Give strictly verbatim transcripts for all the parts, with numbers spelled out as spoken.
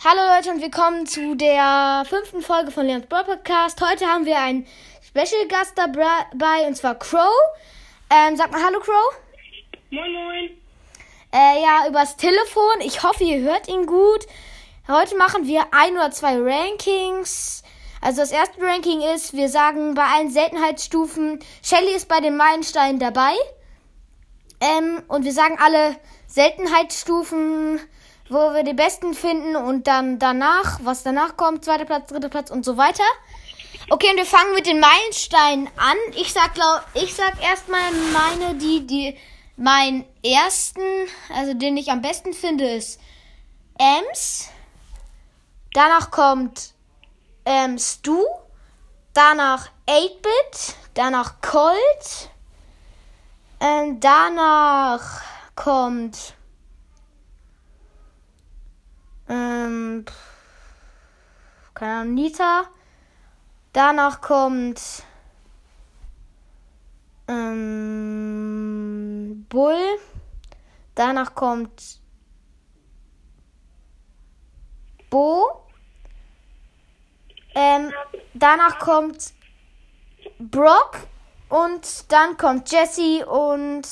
Hallo Leute und willkommen zu der fünften Folge von Leons Brawl Podcast. Heute haben wir einen Special Gast dabei, und zwar Crow. Ähm, sag mal Hallo Crow. Moin Moin. Äh, ja, übers Telefon. Ich hoffe, ihr hört ihn gut. Heute machen wir ein oder zwei Rankings. Also das erste Ranking ist, wir sagen bei allen Seltenheitsstufen, Shelly ist bei den Meilensteinen dabei. Ähm, und wir sagen alle Seltenheitsstufen, wo wir die besten finden und dann danach, was danach kommt, zweiter Platz, dritter Platz und so weiter. Okay, und wir fangen mit den Meilensteinen an. Ich sag, glaub, ich sag erstmal meine, die, die, meinen ersten, also den ich am besten finde, ist Ems. Danach kommt ähm, Stu. Danach acht-Bit. Danach Colt. Ähm, danach kommt Ähm, keine Ahnung, Nita. Danach kommt ähm, Bull. Danach kommt Bo. Ähm, danach kommt Brock. Und dann kommt Jessie und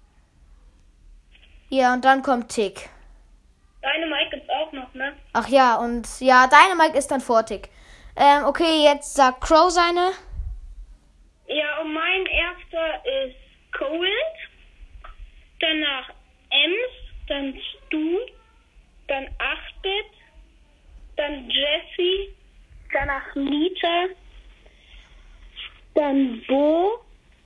ja, und dann kommt Tick. Dynamite gibt's auch noch, ne? Ach ja, und ja, Dynamite ist dann vor Tick. Ähm, okay, jetzt sagt Crow seine. Ja, und mein erster ist Cold. Danach Ems. Dann Stu. Dann acht-Bit. Dann Jessie. Danach Nita. Dann Bo.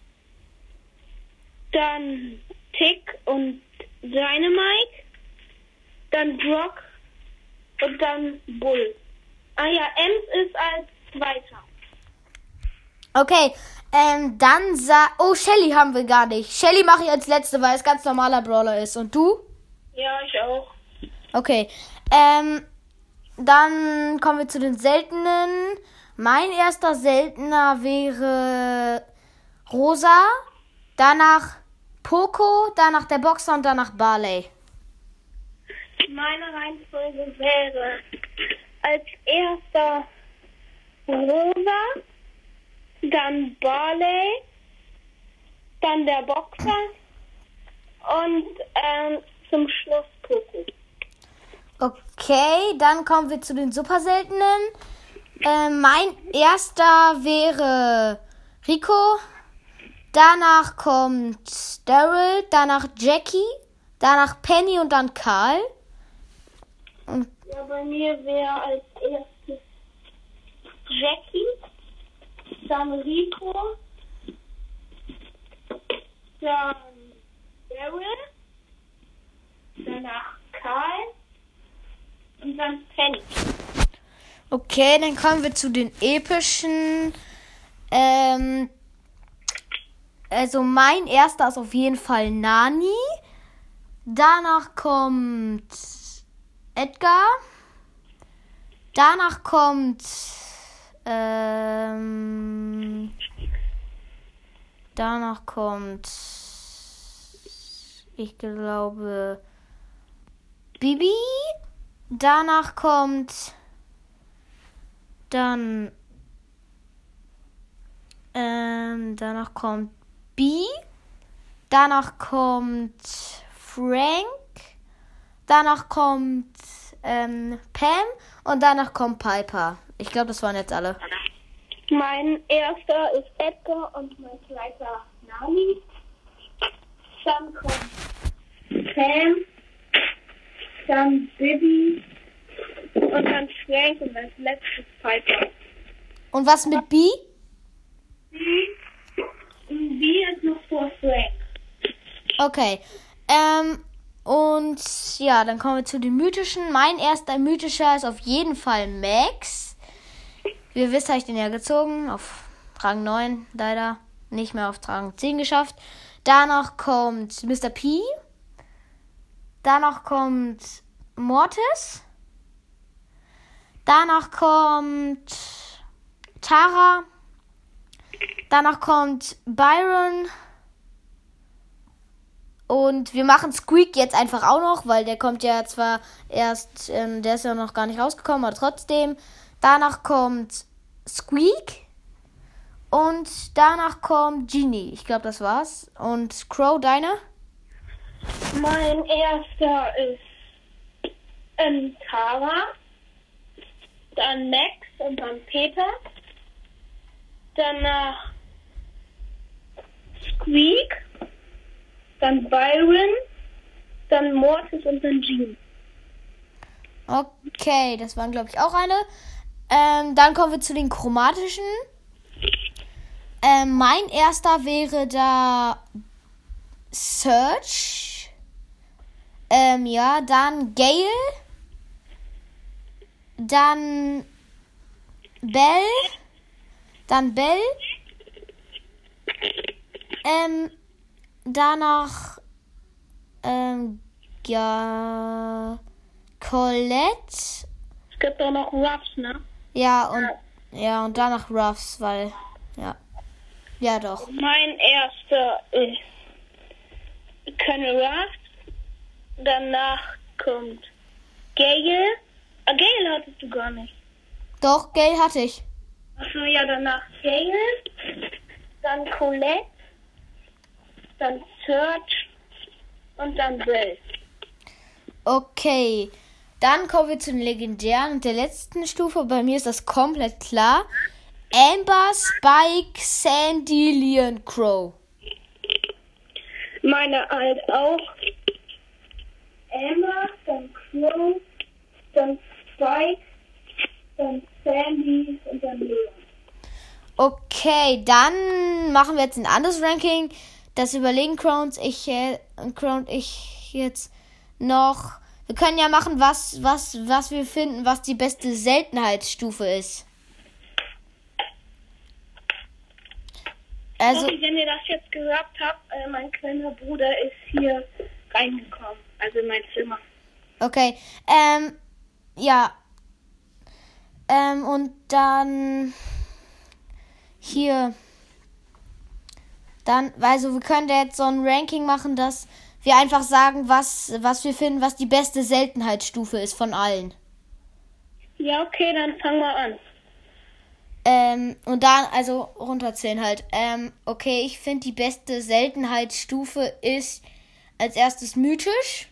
Dann Tick und Dynamite. Dann Brock und dann Bull. Ah ja, Ems ist als Zweiter. Okay, ähm, dann sa... Oh, Shelly haben wir gar nicht. Shelly mache ich als Letzte, weil es ganz normaler Brawler ist. Und du? Ja, ich auch. Okay, ähm, dann kommen wir zu den Seltenen. Mein erster Seltener wäre Rosa, danach Poco, danach der Boxer und danach Barley. Meine Reihenfolge wäre als erster Rosa, dann Barley, dann der Boxer und ähm, zum Schluss Poco. Okay, dann kommen wir zu den super seltenen. Äh, mein erster wäre Rico, danach kommt Daryl, danach Jackie, danach Penny und dann Karl. Und ja, bei mir wäre als erstes Jackie, dann Rico, dann Daryl, danach Karl und dann Penny. okay, dann kommen wir zu den epischen. Ähm, also mein erster ist auf jeden Fall Nani. Danach kommt Edgar. Danach kommt ähm, danach kommt ich glaube Bibi. Danach kommt dann ähm, danach kommt B. Danach kommt Frank. Danach kommt ähm, Pam und danach kommt Piper. Ich glaube, das waren jetzt alle. Mein erster ist Edgar und mein zweiter Nani. Dann kommt Pam, dann Bibi und dann Frank und als letztes Piper. Und was mit B? B ist noch vor Frank. Okay. Ähm, und ja, dann kommen wir zu den mythischen. Mein erster mythischer ist auf jeden Fall Max. Wie ihr wisst, habe ich den ja gezogen. Auf Rang neun leider. Nicht mehr auf Rang zehn geschafft. Danach kommt Mister P. Danach kommt Mortis. Danach kommt Tara. Danach kommt Byron. Und wir machen Squeak jetzt einfach auch noch, weil der kommt ja zwar erst, ähm, der ist ja noch gar nicht rausgekommen, aber trotzdem. Danach kommt Squeak. Und danach kommt Genie. Ich glaube, das war's. Und Crow, deine? Mein erster ist ähm, Tara, dann Max und dann Peter, danach Squeak, dann Byron, dann Mortis und dann Jean. Okay, das waren, glaube ich, auch eine. Ähm, dann kommen wir zu den chromatischen. Ähm, mein erster wäre da Search. Ähm, ja, dann Gale. Dann Bell. Dann Bell. Ähm, danach ähm, ja, Colette. Es gibt auch noch Ruffs, ne? Ja, und ja, und danach Ruffs, weil ja. Ja, doch. Mein erster ist Colonel Ruffs. Danach kommt Gale. Ah, Gale hattest du gar nicht. Doch, Gale hatte ich. Achso, ja, danach Gale. Dann Colette. Dann Search. Und dann Bell. Okay. Dann kommen wir zu den legendären und der letzten Stufe. Bei mir ist das komplett klar. Amber, Spike, Sandy, Leon, Crow. Meine halt auch. Amber, dann Crow, dann Spike, dann Sandy und dann Leon. Okay, dann machen wir jetzt ein anderes Ranking. Das überlegen Crow und ich, äh, Crow und ich jetzt noch. Wir können ja machen, was, was, was wir finden, was die beste Seltenheitsstufe ist. Also, Sorry, wenn ihr das jetzt gehört habt, äh, mein kleiner Bruder ist hier reingekommen, also in mein Zimmer. okay, ähm, ja, ähm, und dann hier, dann, also wir können da jetzt so ein Ranking machen, dass wir einfach sagen, was, was wir finden, was die beste Seltenheitsstufe ist von allen. Ja, okay, dann fangen wir an. Ähm, und dann, also runterzählen halt. Ähm, okay, ich finde die beste Seltenheitsstufe ist als erstes mythisch.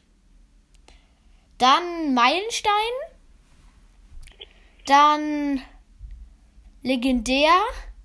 Dann Meilenstein. Dann legendär.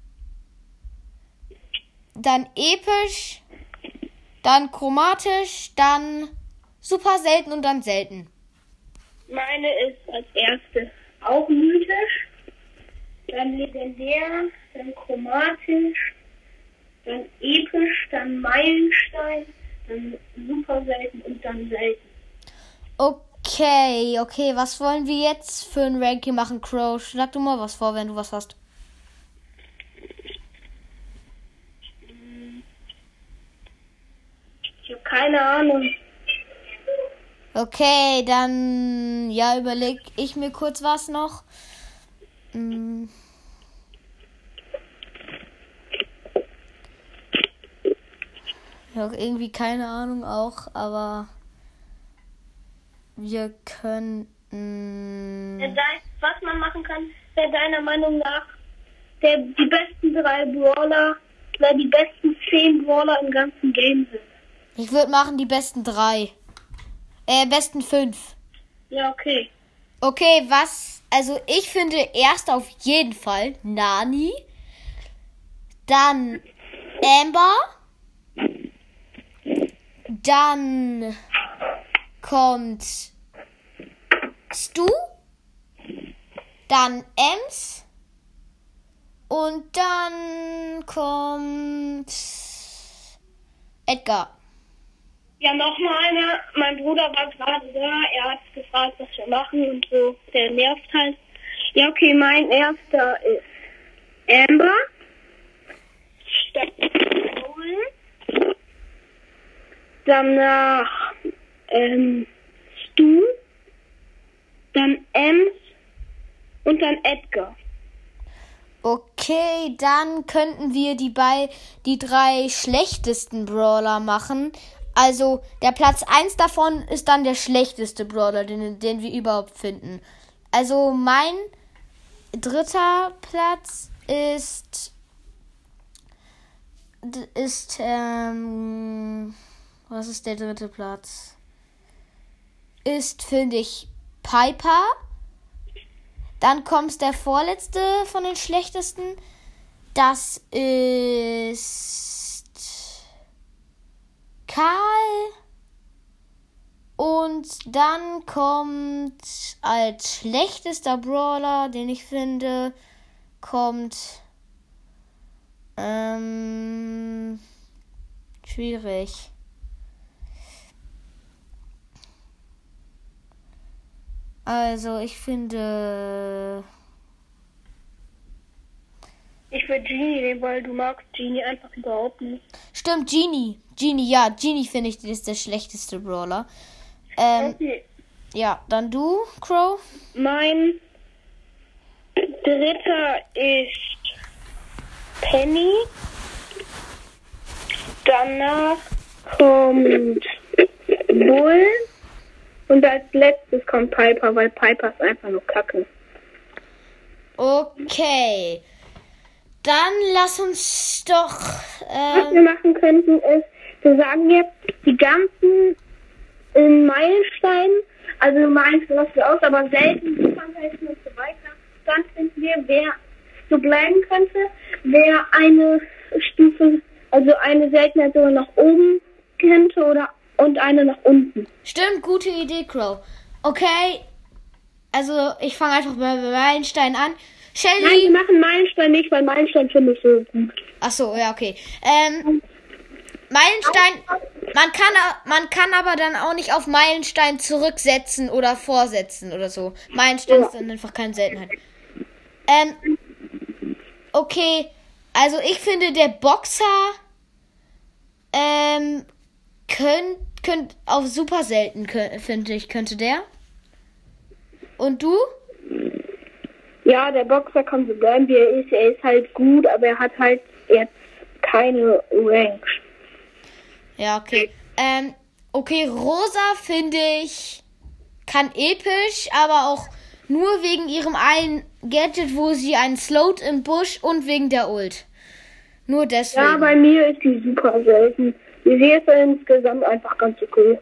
Dann episch. Dann chromatisch. Dann super selten und dann selten. Meine ist als erste auch mythisch. Dann legendär, dann chromatisch, dann episch, dann Meilenstein, dann super selten und dann selten. Okay, okay, was wollen wir jetzt für ein Ranking machen, Crow? Schlag du mal was vor, wenn du was hast. Ich habe keine Ahnung. Okay, dann ja, überleg ich mir kurz was noch. Hm. Ich habe irgendwie keine Ahnung auch, aber wir könnten. Wer dein, was man machen kann, wer deiner Meinung nach der, die besten drei Brawler, wer die besten zehn Brawler im ganzen Game sind. Ich würde machen die besten drei. Äh, besten fünf. Ja, okay. Okay, was? Also ich finde erst auf jeden Fall Nani. Dann Amber. Dann kommt Stu. Dann Ems. Und dann kommt Edgar. Ja, nochmal einer. Mein Bruder war gerade da. Er hat gefragt, was wir machen und so. Der nervt halt. Ja, okay, mein erster ist Amber. Stone. Danach ähm, Stu. Dann Ems. Und dann Edgar. Okay, dann könnten wir die bei die drei schlechtesten Brawler machen. Also, der Platz eins davon ist dann der schlechteste Brawler, den, den wir überhaupt finden. Also, mein dritter Platz ist... ist, ähm... was ist der dritte Platz? Ist, finde ich, Piper. Dann kommt der vorletzte von den schlechtesten. Das ist Karl. Und dann kommt als schlechtester Brawler, den ich finde, kommt ähm, schwierig. Also, ich finde... Ich würde Genie nehmen, weil du magst Genie einfach überhaupt nicht. Stimmt, Genie. Genie, ja. Genie finde ich ist der schlechteste Brawler. Ähm, Okay. ja, dann du, Crow. Mein dritter ist Penny. Danach kommt Bull. Und als letztes kommt Piper, weil Piper ist einfach nur Kacke. Okay. Dann lass uns doch... Was wir Ähm, machen könnten, ist, wir sagen jetzt die ganzen äh, Meilensteine, also Meilensteine lassen wir aus, aber selten Superhelden und so weiter. Dann finden wir, wer so bleiben könnte, wer eine Stufe, also eine Seltenheit sogar nach oben könnte oder und eine nach unten. stimmt, gute Idee, Crow. Okay. Also, ich fange einfach mal bei Meilenstein an. Nein, wir Shelly. machen Meilenstein nicht, weil Meilenstein finde ich so gut. Achso, ja, okay. Ähm, Meilenstein, man kann, a- man kann aber dann auch nicht auf Meilenstein zurücksetzen oder vorsetzen oder so. Meilenstein Ja. ist dann einfach keine Seltenheit. Ähm, okay, also ich finde, der Boxer, ähm, könnt, könnt auf super selten, könnt, finde ich, könnte der. Und du? Ja, der Boxer kann so bleiben, wie er ist. Er ist halt gut, aber er hat halt jetzt keine Ranks. Ja, okay. Ähm, okay, Rosa finde ich kann episch, aber auch nur wegen ihrem einen Gadget, wo sie einen slowt im Busch und wegen der Ult. Nur deswegen. Ja, bei mir ist die super selten. Die sehe ist insgesamt einfach ganz okay.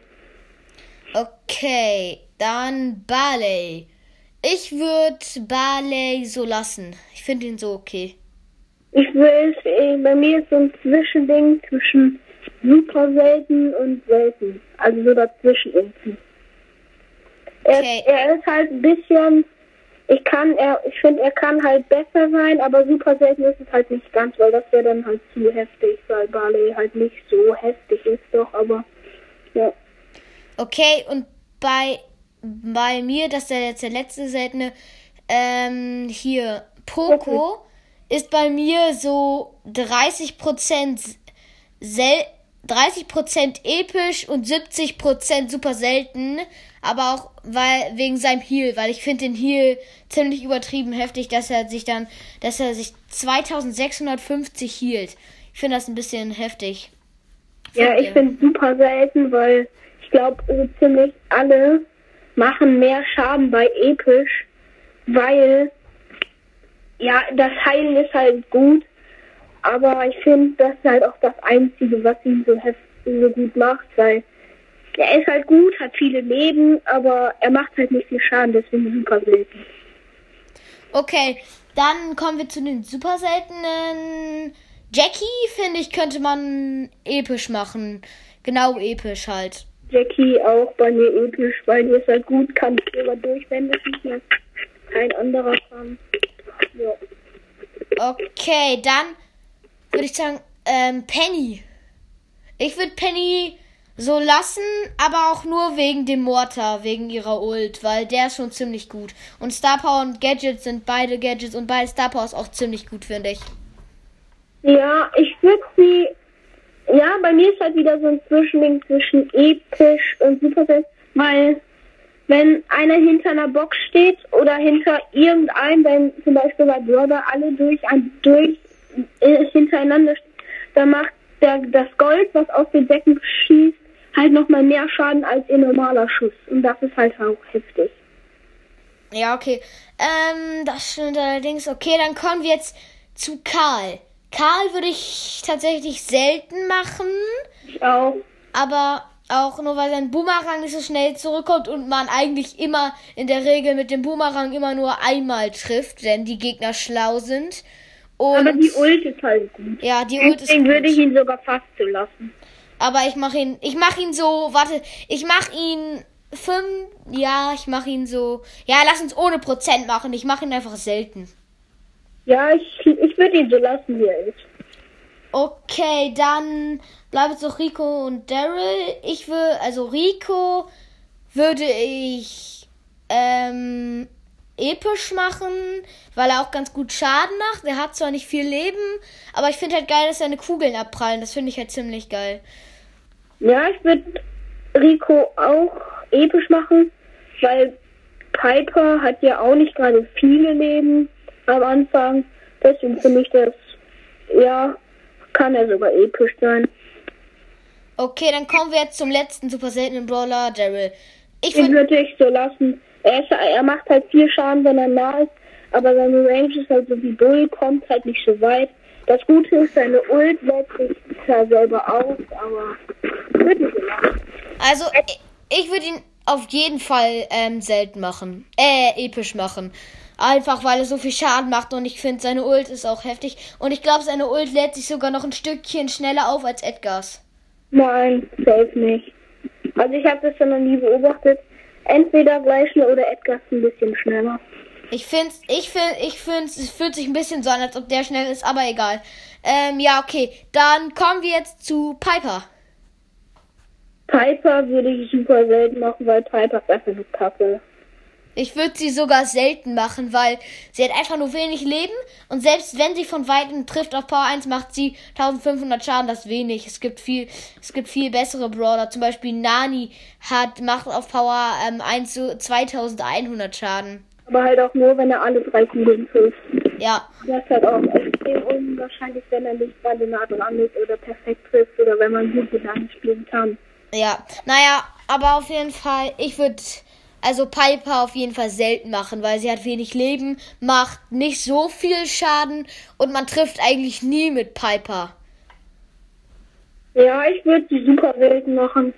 Okay, dann Barley. Ich würde Barley so lassen. Ich finde ihn so okay. Ich will es, äh, bei mir ist so ein Zwischending zwischen super selten und selten. Also so dazwischen irgendwie. Er, Okay. er ist halt ein bisschen, ich kann, er, ich finde, er kann halt besser sein, aber super selten ist es halt nicht ganz, weil das wäre dann halt zu heftig, weil Barley halt nicht so heftig ist doch, aber ja. Okay, und bei, bei mir, das ist der, jetzt der letzte seltene, ähm, hier, Poco, ist bei mir so dreißig Prozent sel dreißig Prozent episch und siebzig Prozent super selten, aber auch weil wegen seinem Heal, weil ich finde den Heal ziemlich übertrieben heftig, dass er sich dann, dass er sich zweitausendsechshundertfünfzig healt. Ich finde das ein bisschen heftig. Ja, ich finde super selten, weil ich glaube, so ziemlich alle machen mehr Schaden bei episch, weil ja, das Heilen ist halt gut, aber ich finde, das ist halt auch das Einzige, was ihn so heftig, so gut macht, weil er ist halt gut, hat viele Leben, aber er macht halt nicht viel Schaden, deswegen super selten. Okay, dann kommen wir zu den super seltenen. Jackie, finde ich, könnte man episch machen. Genau episch halt. Jackie auch bei mir episch, weil die ist halt gut, kann immer durch, wenn das nicht mehr kein anderer kann. Ja. Okay, dann würde ich sagen, ähm, Penny. Ich würde Penny so lassen, aber auch nur wegen dem Mortar, wegen ihrer Ult, weil der ist schon ziemlich gut. Und Star Power und Gadgets sind beide Gadgets und beide Star Power ist auch ziemlich gut, finde ich. Ja, ich würde sie. Ja, bei mir ist halt wieder so ein Zwischending zwischen episch und super selten, weil wenn einer hinter einer Box steht oder hinter irgendeinem, wenn zum Beispiel bei Brawler alle durch ein durch äh, hintereinander stehen, dann macht der das Gold, was aus den Decken schießt, halt nochmal mehr Schaden als ihr normaler Schuss. Und das ist halt auch heftig. Ja, okay. Ähm, das stimmt allerdings. Okay, dann kommen wir jetzt zu Karl. Karl würde ich tatsächlich selten machen. Ich auch. Aber auch nur, weil sein Boomerang nicht so schnell zurückkommt und man eigentlich immer in der Regel mit dem Boomerang immer nur einmal trifft, wenn die Gegner schlau sind. Und aber die Ult ist halt gut. Ja, die Ult ist gut. Deswegen würde ich ihn sogar fast zu lassen. Aber ich mache ihn, ich mache ihn so, warte, ich mache ihn fünf, ja, ich mache ihn so, ja, lass uns ohne Prozent machen, ich mache ihn einfach selten. Ja, ich, ich würde ihn so lassen, wie er ist. Okay, dann bleibt jetzt noch Rico und Daryl. Ich würde, also Rico würde ich ähm, episch machen, weil er auch ganz gut Schaden macht. Er hat zwar nicht viel Leben, aber ich finde halt geil, dass seine Kugeln abprallen. Das finde ich halt ziemlich geil. Ja, ich würde Rico auch episch machen, weil Piper hat ja auch nicht gerade viele Leben am Anfang. Deswegen finde ich das, ja, kann er sogar episch sein. Okay, dann kommen wir jetzt zum letzten super seltenen Brawler, Daryl. Ich Den würde ich so lassen. Er, ist, er macht halt viel Schaden, wenn er nah ist, aber seine Range ist halt so wie Bull, kommt halt nicht so weit. Das Gute ist, seine Ult lädt sich zwar selber auf, aber würde ich so lassen. Also, ich, ich würde ihn auf jeden Fall ähm, selten machen. Äh, episch machen. Einfach, weil er so viel Schaden macht und ich finde, seine Ult ist auch heftig. Und ich glaube, seine Ult lädt sich sogar noch ein Stückchen schneller auf als Edgars. Nein, safe nicht. Also ich habe das ja noch nie beobachtet. Entweder gleich schnell oder Edgars ein bisschen schneller. Ich finde, ich finde, ich finde, es fühlt sich ein bisschen so an, als ob der schnell ist, aber egal. Ähm, ja, okay. Dann kommen wir jetzt zu Piper. Piper würde ich super selten machen, weil Piper ist einfach nur kacke. Ich würde sie sogar selten machen, weil sie hat einfach nur wenig Leben und selbst wenn sie von Weitem trifft auf Power eins, macht sie eintausendfünfhundert Schaden, das ist wenig. Es gibt viel, es gibt viel bessere Brawler, zum Beispiel Nani hat, macht auf Power ähm, eins so zweitausendeinhundert Schaden. Aber halt auch nur, wenn er alle drei Kugeln trifft. Ja. Das ist halt auch extrem unwahrscheinlich, wenn er nicht gerade nah dran ist oder perfekt trifft oder wenn man gut mit Nani spielen kann. Ja, naja, aber auf jeden Fall, ich würde... Also Piper auf jeden Fall selten machen, weil sie hat wenig Leben, macht nicht so viel Schaden und man trifft eigentlich nie mit Piper. Ja, ich würde sie super selten machen.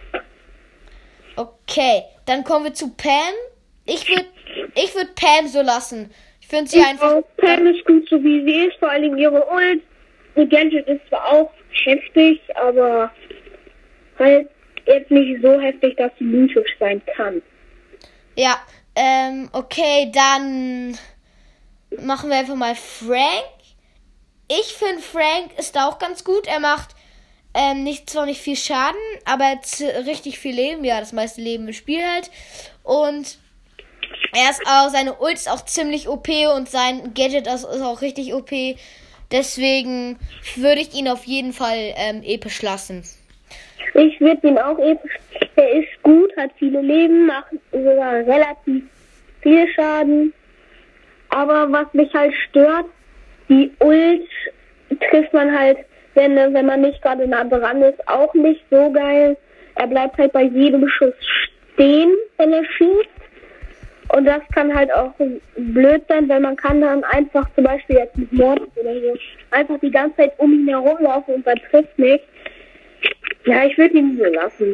Okay, dann kommen wir zu Pam. Ich würde ich würd Pam so lassen. Ich finde sie ich einfach... Auch. Pam ist gut, so wie sie ist, vor allem ihre Ult. Die Gadget ist zwar auch heftig, aber halt jetzt nicht so heftig, dass sie mythisch sein kann. Ja, ähm, okay, dann machen wir einfach mal Frank. Ich finde, Frank ist auch ganz gut. Er macht ähm, nicht, zwar nicht viel Schaden, aber er hat richtig viel Leben. Ja, das meiste Leben im Spiel halt. Und er ist auch, seine Ult ist auch ziemlich O P und sein Gadget ist auch richtig O P. Deswegen würde ich ihn auf jeden Fall ähm, episch lassen. Ich würde ihn auch episch. Er ist gut, hat viele Leben, macht sogar relativ viel Schaden. Aber was mich halt stört, die Ult trifft man halt, wenn, wenn man nicht gerade nah dran ist, auch nicht so geil. Er bleibt halt bei jedem Schuss stehen, wenn er schießt. Und das kann halt auch blöd sein, weil man kann dann einfach zum Beispiel jetzt mit Mortis oder so einfach die ganze Zeit um ihn herumlaufen und man trifft nicht. Ja, ich würde ihn so lassen.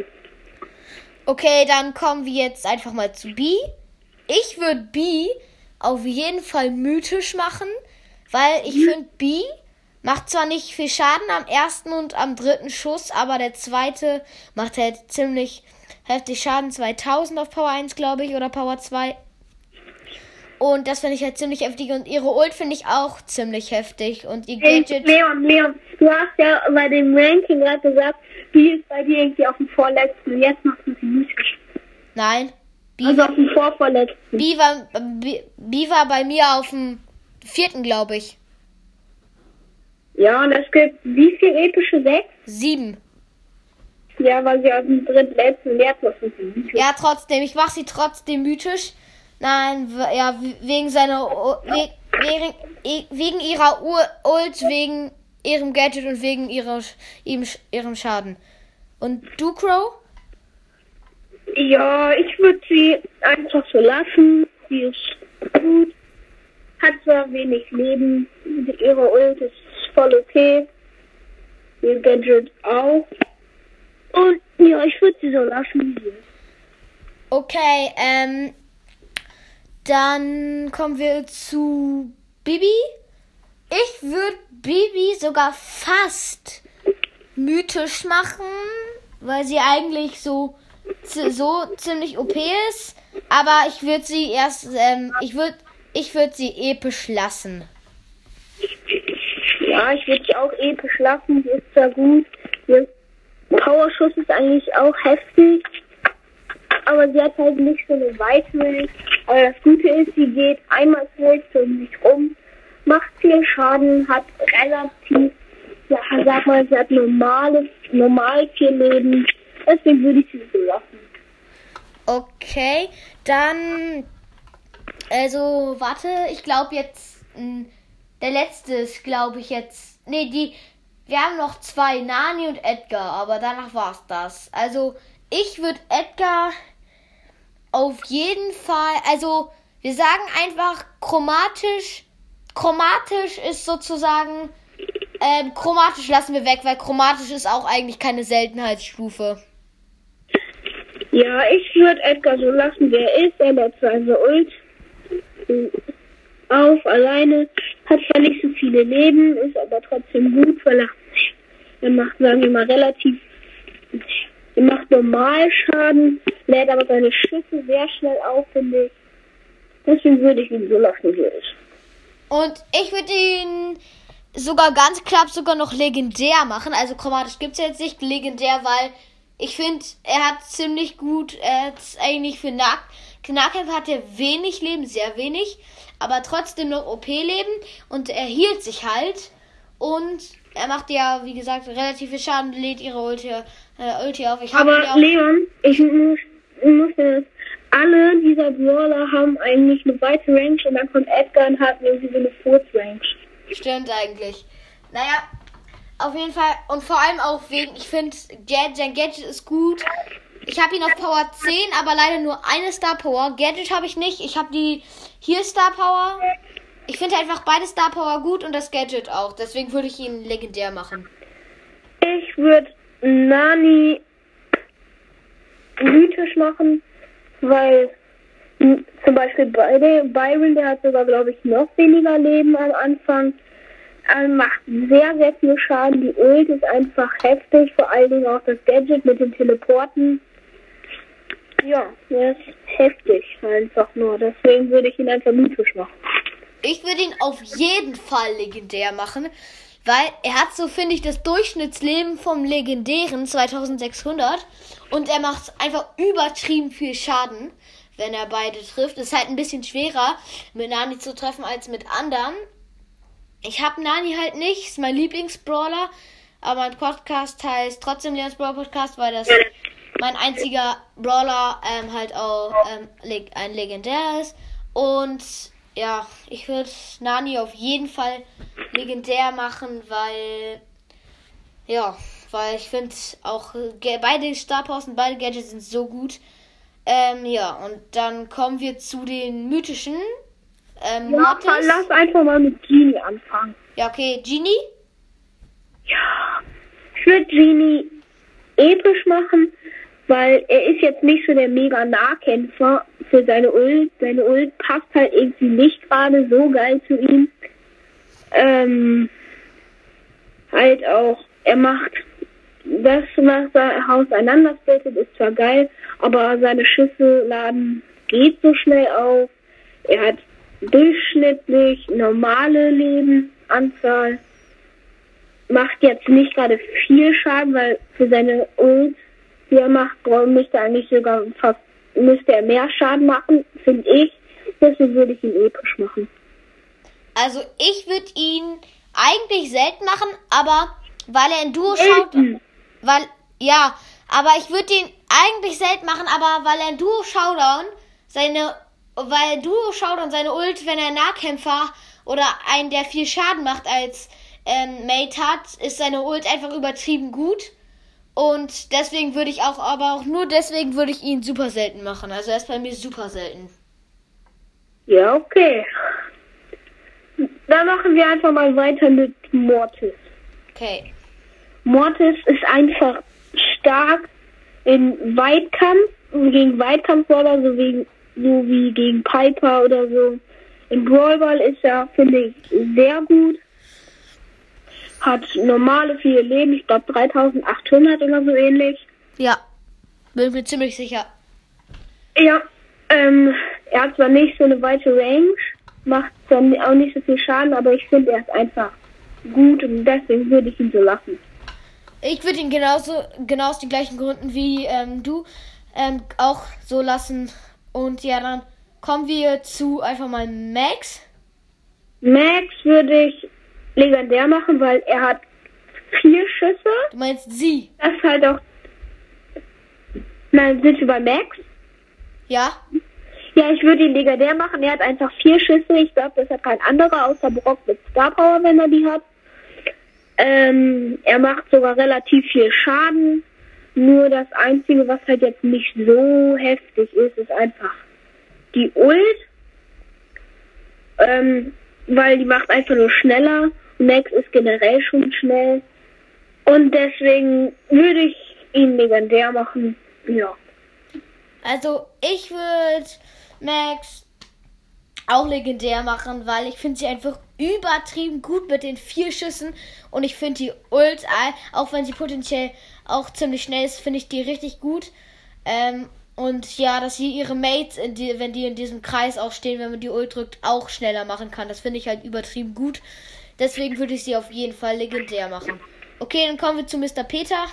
Okay, dann kommen wir jetzt einfach mal zu B. Ich würde B auf jeden Fall mythisch machen, weil ich mhm. finde, B macht zwar nicht viel Schaden am ersten und am dritten Schuss, aber der zweite macht halt ziemlich heftig Schaden. zweitausend auf Power eins, glaube ich, oder Power zwei. Und das finde ich halt ziemlich heftig. Und ihre Ult finde ich auch ziemlich heftig. Und ihr hey, Gadget... Leon, Leon, du hast ja bei dem Ranking gerade gesagt, B ist bei dir irgendwie auf dem vorletzten. Jetzt machst du sie mythisch. Nein. B also auf dem vorvorletzten. B war, B, B war bei mir auf dem vierten, glaube ich. Ja, und es gibt wie viel epische? Sechs? Sieben. Ja, weil sie aus dem drittletzten Wert noch sind. Mythisch. Ja, trotzdem. Ich mache sie trotzdem mythisch. Nein, w- ja, w- wegen seiner... We- wegen, wegen ihrer Ult, wegen ihrem Gadget und wegen ihrer, ihrem, ihrem Schaden. Und du, Crow? Ja, ich würde sie einfach so lassen. Sie ist gut. Hat zwar wenig Leben. Ihre Ult ist voll okay. Ihr Gadget auch. Und ja, ich würde sie so lassen, wie sie ist. Okay, ähm, dann kommen wir zu Bibi. Ich würde Bibi sogar fast mythisch machen, weil sie eigentlich so, so ziemlich O P ist. Aber ich würde sie erst, ähm, ich würde ich würd sie episch lassen. Ja, ich würde sie auch episch lassen. Sie ist zwar gut. Ihr Powerschuss ist eigentlich auch heftig. Aber sie hat halt nicht so eine weite Range. Aber das Gute ist, sie geht einmal Feld um sich rum, macht viel Schaden, hat relativ, ja, sag mal, sie hat normales, normal viel Leben. Deswegen würde ich sie so lassen. Okay, dann, also, warte, ich glaube jetzt, mh, der letzte ist, glaube ich jetzt, nee, die, wir haben noch zwei, Nani und Edgar, aber danach war's das. Also, ich würde Edgar auf jeden Fall, also wir sagen einfach chromatisch, chromatisch ist sozusagen, ähm, chromatisch lassen wir weg, weil chromatisch ist auch eigentlich keine Seltenheitsstufe. Ja, ich würde Edgar so lassen, wie er ist. Er lädt seine Ult auf, alleine, hat zwar nicht so viele Leben, ist aber trotzdem gut, weil er, er macht, sagen wir mal, relativ Er macht normal Schaden, lädt aber seine Schüsse sehr schnell auf, finde ich. Deswegen würde ich ihn so lassen, wie er ist. Und ich würde ihn sogar ganz knapp sogar noch legendär machen. Also chromatisch gibt es jetzt nicht legendär, weil ich finde, er hat ziemlich gut, er hat eigentlich für Nah- Nahkämpfer hat er wenig Leben, sehr wenig, aber trotzdem noch O P-Leben und er hielt sich halt und er macht ja, wie gesagt, relativ viel Schaden, lädt ihre Ulti, äh, Ulti auf. Ich Aber auch Leon, ich muss, ich muss das, alle dieser Brawler haben eigentlich eine weite Range und dann kommt Edgar und hat irgendwie so eine Force Range. Stimmt eigentlich. Naja, auf jeden Fall. Und vor allem auch wegen, ich finde, sein Gadget ist gut. Ich habe ihn auf Power zehn, aber leider nur eine Star Power. Gadget habe ich nicht. Ich habe die hier Star Power. Ich finde einfach beide Star Power gut und das Gadget auch. Deswegen würde ich ihn legendär machen. Ich würde Nani mythisch machen, weil m, zum Beispiel beide, Byron, der hat sogar, glaube ich, noch weniger Leben am Anfang. Er macht sehr, sehr viel Schaden. Die Ult ist einfach heftig, vor allen Dingen auch das Gadget mit den Teleporten. Ja, der ist heftig einfach nur. Deswegen würde ich ihn einfach mythisch machen. Ich würde ihn auf jeden Fall legendär machen, weil er hat so, finde ich, das Durchschnittsleben vom legendären zweitausendsechshundert und er macht einfach übertrieben viel Schaden, wenn er beide trifft. Ist halt ein bisschen schwerer, mit Nani zu treffen als mit anderen. Ich habe Nani halt nicht, ist mein Lieblingsbrawler, aber mein Podcast heißt trotzdem Leons Brawl Podcast, weil das mein einziger Brawler ähm, halt auch ähm, leg- ein legendär ist. Und ja, ich würde Nani auf jeden Fall legendär machen, weil ja, weil ich finde auch äh, beide Star Powers und beide Gadgets sind so gut. Ähm, ja, und dann kommen wir zu den mythischen. Ähm, ja, Mortis. lass einfach mal mit Genie anfangen. Ja, okay, Genie? Ja, ich würde Genie episch machen, weil er ist jetzt nicht so der mega Nahkämpfer für seine Ult. Seine Ult passt halt irgendwie nicht gerade so geil zu ihm. Ähm, halt auch, er macht das, was er auseinandersplittet, ist zwar geil, aber seine Schüsse laden geht so schnell auf. Er hat durchschnittlich normale Lebensanzahl. Macht jetzt nicht gerade viel Schaden, weil für seine Ult, die er macht, müsste er eigentlich sogar fast, müsste er mehr Schaden machen, finde ich. Deswegen würde ich ihn episch machen. Also ich würde ihn eigentlich selten machen, aber weil er in Duo schaut, weil, ja, aber ich würde ihn eigentlich selten machen, aber weil er in Duo Showdown seine Weil Duo Showdown seine Ult, wenn er Nahkämpfer oder einen, der viel Schaden macht als ähm, Mate hat, ist seine Ult einfach übertrieben gut. Und deswegen würde ich auch, aber auch nur deswegen würde ich ihn super selten machen. Also er ist bei mir super selten. Ja, okay. Dann machen wir einfach mal weiter mit Mortis. Okay. Mortis ist einfach stark in Weitkampf, gegen Weitkampfbrawler, so wie, so wie gegen Piper oder so. Im Brawlball ist er, finde ich, sehr gut. Hat normale viele Leben, ich glaube dreitausendachthundert oder so ähnlich. Ja, bin mir ziemlich sicher. Ja, ähm, er hat zwar nicht so eine weite Range, macht dann auch nicht so viel Schaden, aber ich finde, er ist einfach gut und deswegen würde ich ihn so lassen. Ich würde ihn genauso, genau aus den gleichen Gründen wie ähm, du ähm, auch so lassen. Und ja, dann kommen wir zu einfach mal Max. Max würde ich legendär machen, weil er hat vier Schüsse. Du meinst sie? Das ist halt auch... Nein, sind wir bei Max? Ja? Ja, ich würde ihn legendär machen. Er hat einfach vier Schüsse. Ich glaube, das hat kein anderer außer Brock mit Star Power, wenn er die hat. Ähm, er macht sogar relativ viel Schaden. Nur das Einzige, was halt jetzt nicht so heftig ist, ist einfach die Ult. Ähm, weil die macht einfach nur schneller. Max ist generell schon schnell. Und deswegen würde ich ihn legendär machen. Ja. Also ich würde Max auch legendär machen, weil ich finde sie einfach übertrieben gut mit den vier Schüssen. Und ich finde die Ult, auch wenn sie potenziell auch ziemlich schnell ist, finde ich die richtig gut. Ähm, und ja, dass sie ihre Mates, in die, wenn die in diesem Kreis auch stehen, wenn man die Ult drückt, auch schneller machen kann. Das finde ich halt übertrieben gut. Deswegen würde ich sie auf jeden Fall legendär machen. Okay, dann kommen wir zu Mister Peter.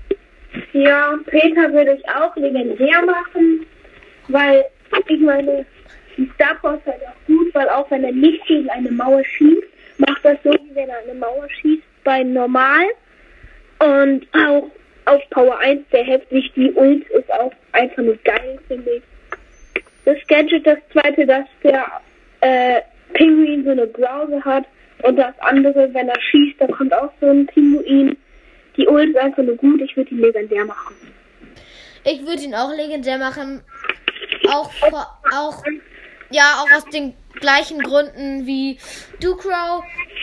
Ja, Peter würde ich auch legendär machen, weil ich meine, die Star Power ist halt auch gut, weil auch wenn er nicht gegen eine Mauer schießt, macht das so, wie wenn er eine Mauer schießt bei normal. Und auch auf Power eins sehr heftig. Die Ult ist auch einfach nur geil, finde ich. Das Gadget, das zweite, dass der äh, Pinguin so eine Brause hat. Und das andere, wenn er schießt, dann kommt auch so ein Pinguin. Die Ult ist einfach nur gut. Ich würde ihn legendär machen. Ich würde ihn auch legendär machen. Auch, vor, auch, ja, auch aus den gleichen Gründen wie Ducrow.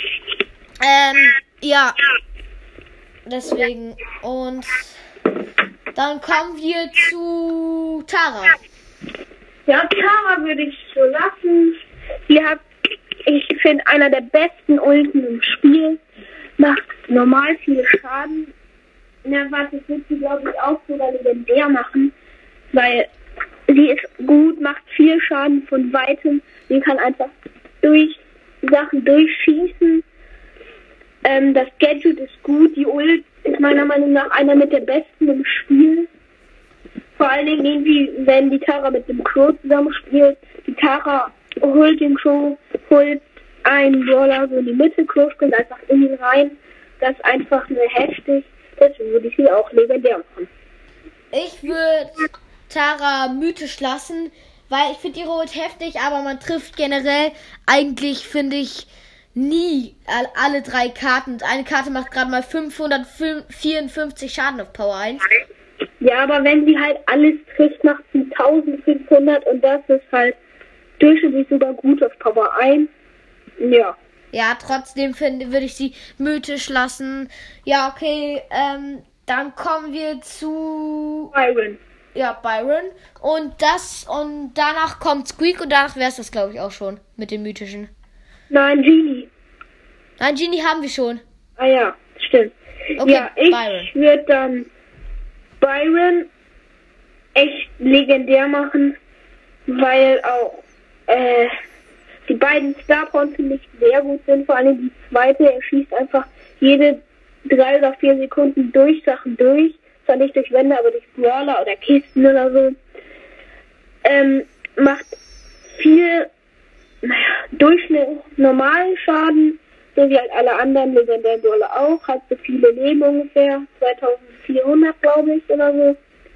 Ähm, ja. Deswegen. Und dann kommen wir zu Tara. Ja, Tara würde ich so lassen. Sie hat, ich finde, einer der besten Ulten im Spiel. Macht normal viel Schaden. Na, was ich würde sie, glaube ich, auch sogar legendär machen. Weil sie ist gut, macht viel Schaden von Weitem. Sie kann einfach durch Sachen durchschießen. Ähm, das Gadget ist gut. Die Ult ist meiner Meinung nach einer mit der besten im Spiel. Vor allen Dingen irgendwie, wenn die Tara mit dem Crow zusammenspielt. Die Tara holt den Crow, holt einen Brawler so in die Mitte, Crow springt einfach in ihn rein. Das ist einfach nur heftig. Deswegen würde ich sie auch legendär machen. Ich würde Tara mythisch lassen, weil ich finde ihre Ult heftig, aber man trifft generell eigentlich, finde ich, nie alle drei Karten. Eine Karte macht gerade mal fünfhundertvierundfünfzig Schaden auf Power eins. Ja, aber wenn sie halt alles trifft, macht sie eintausendfünfhundert und das ist halt durchschnittlich sogar gut auf Power eins. Ja. Ja, trotzdem finde würde ich sie mythisch lassen. Ja, okay, ähm, dann kommen wir zu Byron. Ja, Byron. Und das und danach kommt Squeak und danach wäre es das, glaube ich, auch schon mit dem mythischen. Nein, Genie. Nein, Genie haben wir schon. Ah ja, stimmt. Okay, ja, ich Byron. würde dann Byron echt legendär machen, weil auch äh, die beiden Star Power finde ich sehr gut sind. Vor allem die zweite, er schießt einfach jede drei oder vier Sekunden durch Sachen durch. Zwar nicht durch Wände, aber durch Brawler oder Kisten oder so. Ähm, macht viel naja, Durchschnitt normalen Schaden, so wie halt alle anderen legendären Brawler auch, hat so viele Leben ungefähr, zweitausendvierhundert glaube ich oder so.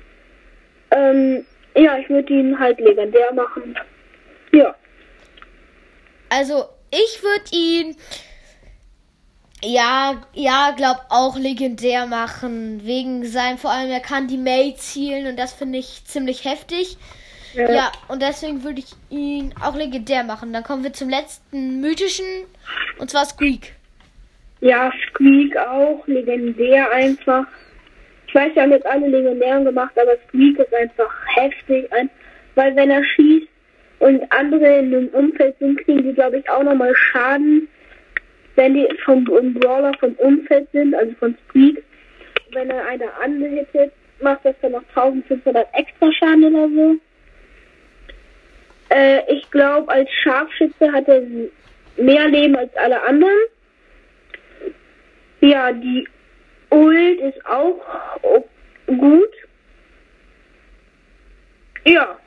Ähm, ja, ich würde ihn halt legendär machen. Ja. Also, ich würde ihn Ja, ja, glaub auch legendär machen. Wegen seinem, vor allem, er kann die May zielen und das finde ich ziemlich heftig. Ja. ja, und deswegen würde ich ihn auch legendär machen. Dann kommen wir zum letzten mythischen, und zwar Squeak. Ja, Squeak auch, legendär einfach. Ich weiß, wir haben jetzt alle legendären gemacht, aber Squeak ist einfach heftig, weil wenn er schießt und andere in einem Umfeld sind, kriegen die, glaube ich, auch nochmal Schaden, wenn die vom Brawler vom Umfeld sind, also von Squeak. Wenn er eine anhittet, macht das dann noch eintausendfünfhundert extra Schaden oder so. Äh, ich glaube, als Scharfschütze hat er mehr Leben als alle anderen. Ja, die Ult ist auch gut. Ja.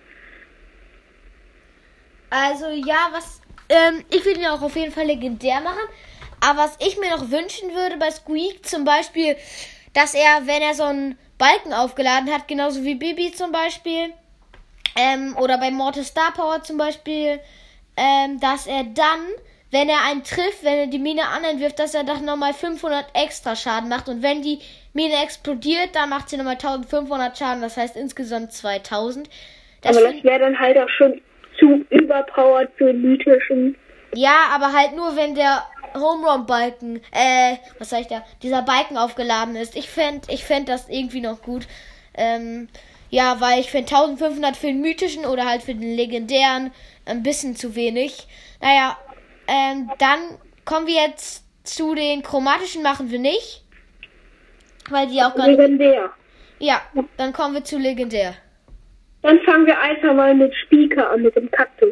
Also ja, was ähm, ich würde ihn auch auf jeden Fall legendär machen. Aber was ich mir noch wünschen würde bei Squeak, zum Beispiel, dass er, wenn er so einen Balken aufgeladen hat, genauso wie Bibi zum Beispiel, ähm, oder bei Mortis Star Power zum Beispiel, ähm, dass er dann, wenn er einen trifft, wenn er die Mine anwirft, dass er dann nochmal fünfhundert extra Schaden macht. Und wenn die Mine explodiert, dann macht sie nochmal eintausendfünfhundert Schaden. Das heißt insgesamt zweitausend. Das aber das wäre dann halt auch schon zu überpowered für den mythischen. Ja, aber halt nur, wenn der Home Run Balken, äh, was sag ich da, dieser Balken aufgeladen ist. Ich fänd, ich fänd das irgendwie noch gut. Ähm, ja, weil ich finde eintausendfünfhundert für den mythischen oder halt für den legendären ein bisschen zu wenig. Naja, ähm, dann kommen wir jetzt zu den chromatischen, machen wir nicht. Weil die auch gar nicht... Legendär. Ja, dann kommen wir zu legendär. Dann fangen wir einfach mal mit Speaker an, mit dem Kaktus.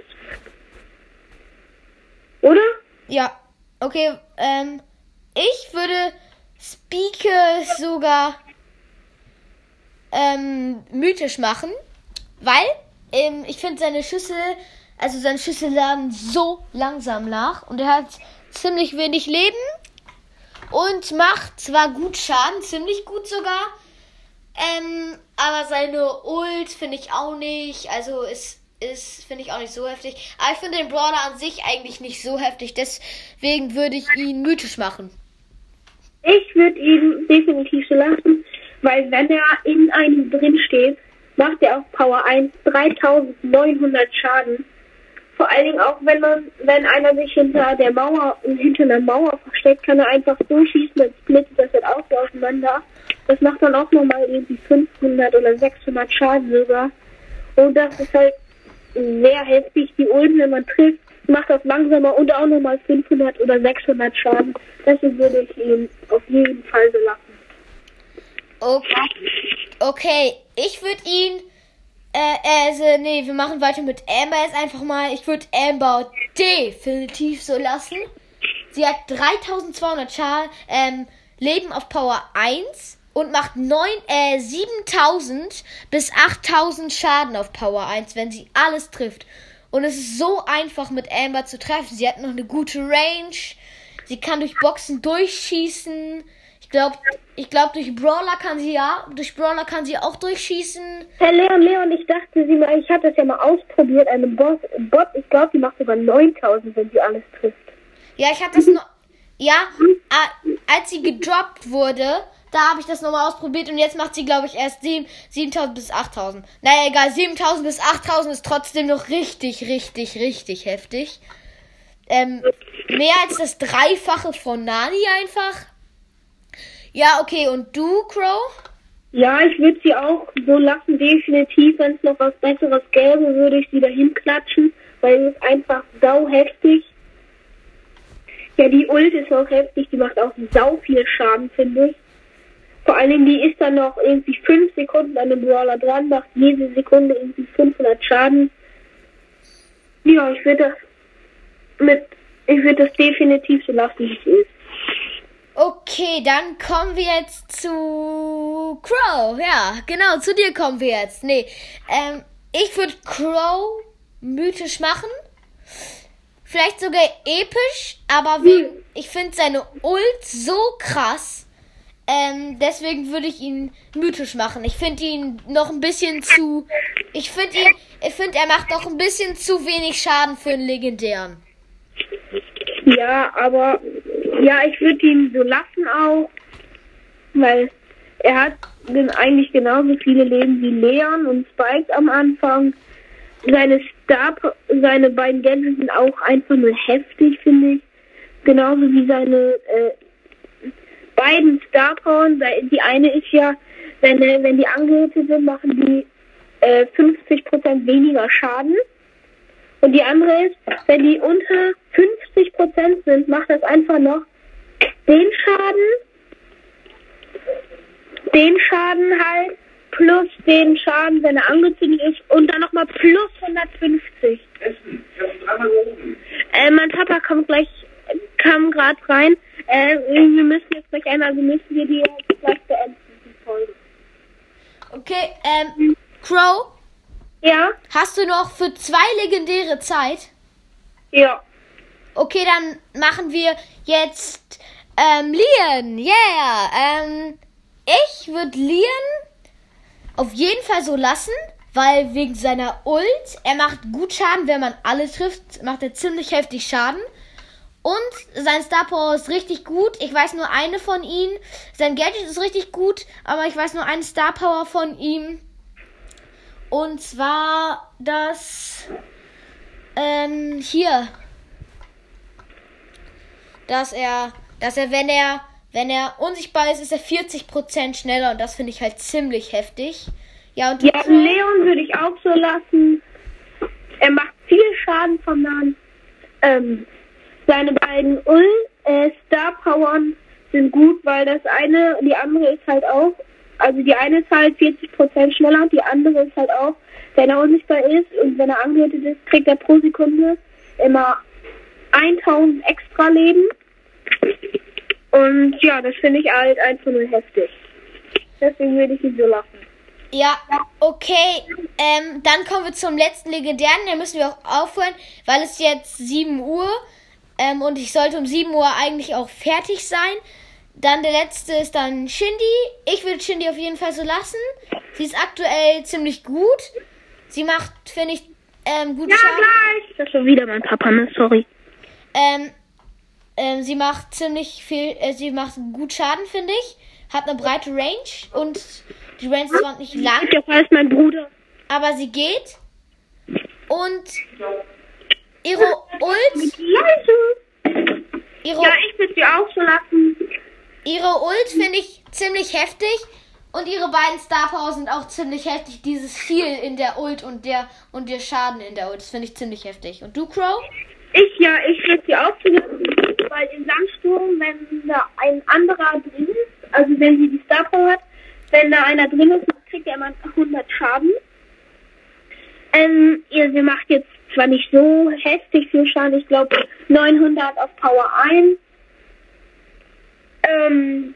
Oder? Ja, okay, ähm, ich würde Speaker sogar ähm, mythisch machen, weil ähm, ich finde seine Schüsse, also seine Schüsse laden so langsam nach und er hat ziemlich wenig Leben und macht zwar gut Schaden, ziemlich gut sogar, ähm, aber seine Ult finde ich auch nicht, also ist ist, finde ich auch nicht so heftig. Aber ich finde den Brawler an sich eigentlich nicht so heftig. Deswegen würde ich ihn mythisch machen. Ich würde ihn definitiv so lassen, weil wenn er in einem drin steht, macht er auf Power eins dreitausendneunhundert Schaden. Vor allen Dingen auch, wenn man, wenn einer sich hinter der Mauer, hinter einer Mauer versteckt, kann er einfach so schießen, dann splittet das halt auch so auseinander. Das macht dann auch nochmal irgendwie fünfhundert oder sechshundert Schaden sogar. Und das ist halt sehr heftig. Die Ulten, wenn man trifft, macht das langsamer und auch nochmal fünfhundert oder sechshundert Schaden. Deswegen würde ich ihn auf jeden Fall so lassen. Okay, okay. Ich würde ihn, äh, also, nee, wir machen weiter mit Amber jetzt einfach mal. Ich würde Amber definitiv so lassen. Sie hat dreitausendzweihundert Schaden, ähm, Leben auf Power eins. Und macht neun, äh, siebentausend bis achttausend Schaden auf Power eins, wenn sie alles trifft. Und es ist so einfach mit Amber zu treffen. Sie hat noch eine gute Range. Sie kann durch Boxen durchschießen. Ich glaube, ich glaub, durch Brawler kann sie ja, durch Brawler kann sie auch durchschießen. Herr Leon, Leon, ich dachte, sie mal, ich hatte das ja mal ausprobiert. Eine Bot, Bot ich glaube, die macht sogar neuntausend, wenn sie alles trifft. Ja, ich hatte das noch, ja, als sie gedroppt wurde, da habe ich das nochmal ausprobiert und jetzt macht sie, glaube ich, erst siebentausend bis achttausend. Naja, egal, siebentausend bis achttausend ist trotzdem noch richtig, richtig, richtig heftig. Ähm, mehr als das Dreifache von Nani einfach. Ja, okay, und du, Crow? Ja, ich würde sie auch so lassen, definitiv. Wenn es noch was Besseres gäbe, würde ich sie dahin klatschen, weil es ist einfach sau heftig. Ja, die Ult ist auch heftig, die macht auch sau viel Schaden, finde ich. Vor allen Dingen, die ist dann noch irgendwie fünf Sekunden an dem Brawler dran, macht jede Sekunde irgendwie fünfhundert Schaden. Ja, ich würde das mit, ich würde das definitiv so lassen, wie es ist. Okay, dann kommen wir jetzt zu Crow. Ja, genau, zu dir kommen wir jetzt. Nee, ähm, ich würde Crow mythisch machen. Vielleicht sogar episch, aber wegen, ich finde seine Ult so krass. Ähm, deswegen würde ich ihn mythisch machen. Ich finde ihn noch ein bisschen zu... Ich finde ihn... Ich finde, er macht noch ein bisschen zu wenig Schaden für einen legendären. Ja, aber Ja, ich würde ihn so lassen auch, weil er hat eigentlich genauso viele Leben wie Leon und Spike am Anfang. Seine Star, seine beiden Gadgets sind auch einfach nur heftig, finde ich. Genauso wie seine äh, beiden Star Powers. Die eine ist ja, wenn, wenn die angehittet sind, machen die äh, fünfzig Prozent weniger Schaden. Und die andere ist, wenn die unter fünfzig Prozent sind, macht das einfach noch den Schaden, den Schaden halt, plus den Schaden, wenn er angezündet ist, und dann nochmal plus hundertfünfzig. Essen, ich habe dreimal gerufen. Äh, mein Papa kommt gleich, kam gerade rein. Äh, wir müssen jetzt gleich ein, also müssen wir die jetzt gleich beenden, die Folge. Okay, ähm, Crow? Ja? Hast du noch für zwei legendäre Zeit? Ja. Okay, dann machen wir jetzt ähm, Lian. Yeah. Ähm, ich würde Lian auf jeden Fall so lassen, weil wegen seiner Ult, er macht gut Schaden, wenn man alle trifft, macht er ziemlich heftig Schaden. Und sein Star Power ist richtig gut. Ich weiß nur eine von ihm. Sein Gadget ist richtig gut, aber ich weiß nur eine Star Power von ihm. Und zwar das ähm, hier, dass er, dass er, wenn er, wenn er unsichtbar ist, ist er vierzig Prozent schneller und das finde ich halt ziemlich heftig. Ja, und Ja, Leon würde ich auch so lassen. Er macht viel Schaden vom Nahen. Ähm, seine beiden Ult, äh, Star Powern sind gut, weil das eine, die andere ist halt auch, also die eine ist halt vierzig Prozent schneller und die andere ist halt auch, wenn er unsichtbar ist und wenn er angehittet ist, kriegt er pro Sekunde immer tausend extra Leben. Und ja, das finde ich halt einfach nur heftig. Deswegen würde ich ihn so lassen. Ja, okay. Ähm, dann kommen wir zum letzten Legendären. Da müssen wir auch aufhören, weil es jetzt sieben Uhr ähm, und ich sollte um sieben Uhr eigentlich auch fertig sein. Dann der letzte ist dann Shindy. Ich würde Shindy auf jeden Fall so lassen. Sie ist aktuell ziemlich gut. Sie macht, finde ich, ähm, gut Ja, Schaden. gleich! Das ist schon wieder mein Papa, ne? Sorry. Ähm, ähm, sie macht ziemlich viel, äh, sie macht gut Schaden, finde ich. Hat eine breite Range und die Range ist zwar nicht lang, Der Fall ist mein Bruder. aber sie geht. Und ihre Ult, ihre, Ja, ich würde sie auch so lassen. ihre Ult finde ich ziemlich heftig. Und ihre beiden Star Power sind auch ziemlich heftig. Dieses Heal in der Ult und der und der Schaden in der Ult, das finde ich ziemlich heftig. Und du, Crow? Ich, ja, ich würde sie auch so lassen, weil im Sandsturm, wenn da ein anderer drin ist, also wenn sie die Star Power hat, wenn da einer drin ist, kriegt er immer hundert Schaden. Ähm, ihr, sie macht jetzt zwar nicht so heftig viel Schaden, ich glaube neunhundert auf Power eins. Ähm,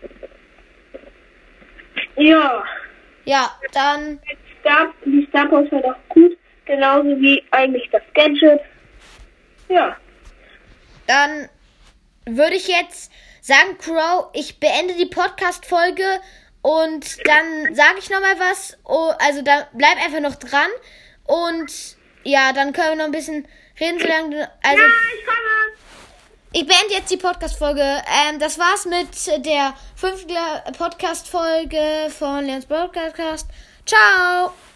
ja. Ja, dann, Star, die Star Power ist halt auch gut, genauso wie eigentlich das Gadget. Ja. dann würde ich jetzt sagen, Crow, ich beende die Podcast-Folge und dann sage ich nochmal was. Oh, also da bleib einfach noch dran. Und ja, dann können wir noch ein bisschen reden, solange du, also, Ja, ich komme. ich beende jetzt die Podcast-Folge. Ähm, das war's mit der fünften Podcast-Folge von Leons Broadcast. Ciao!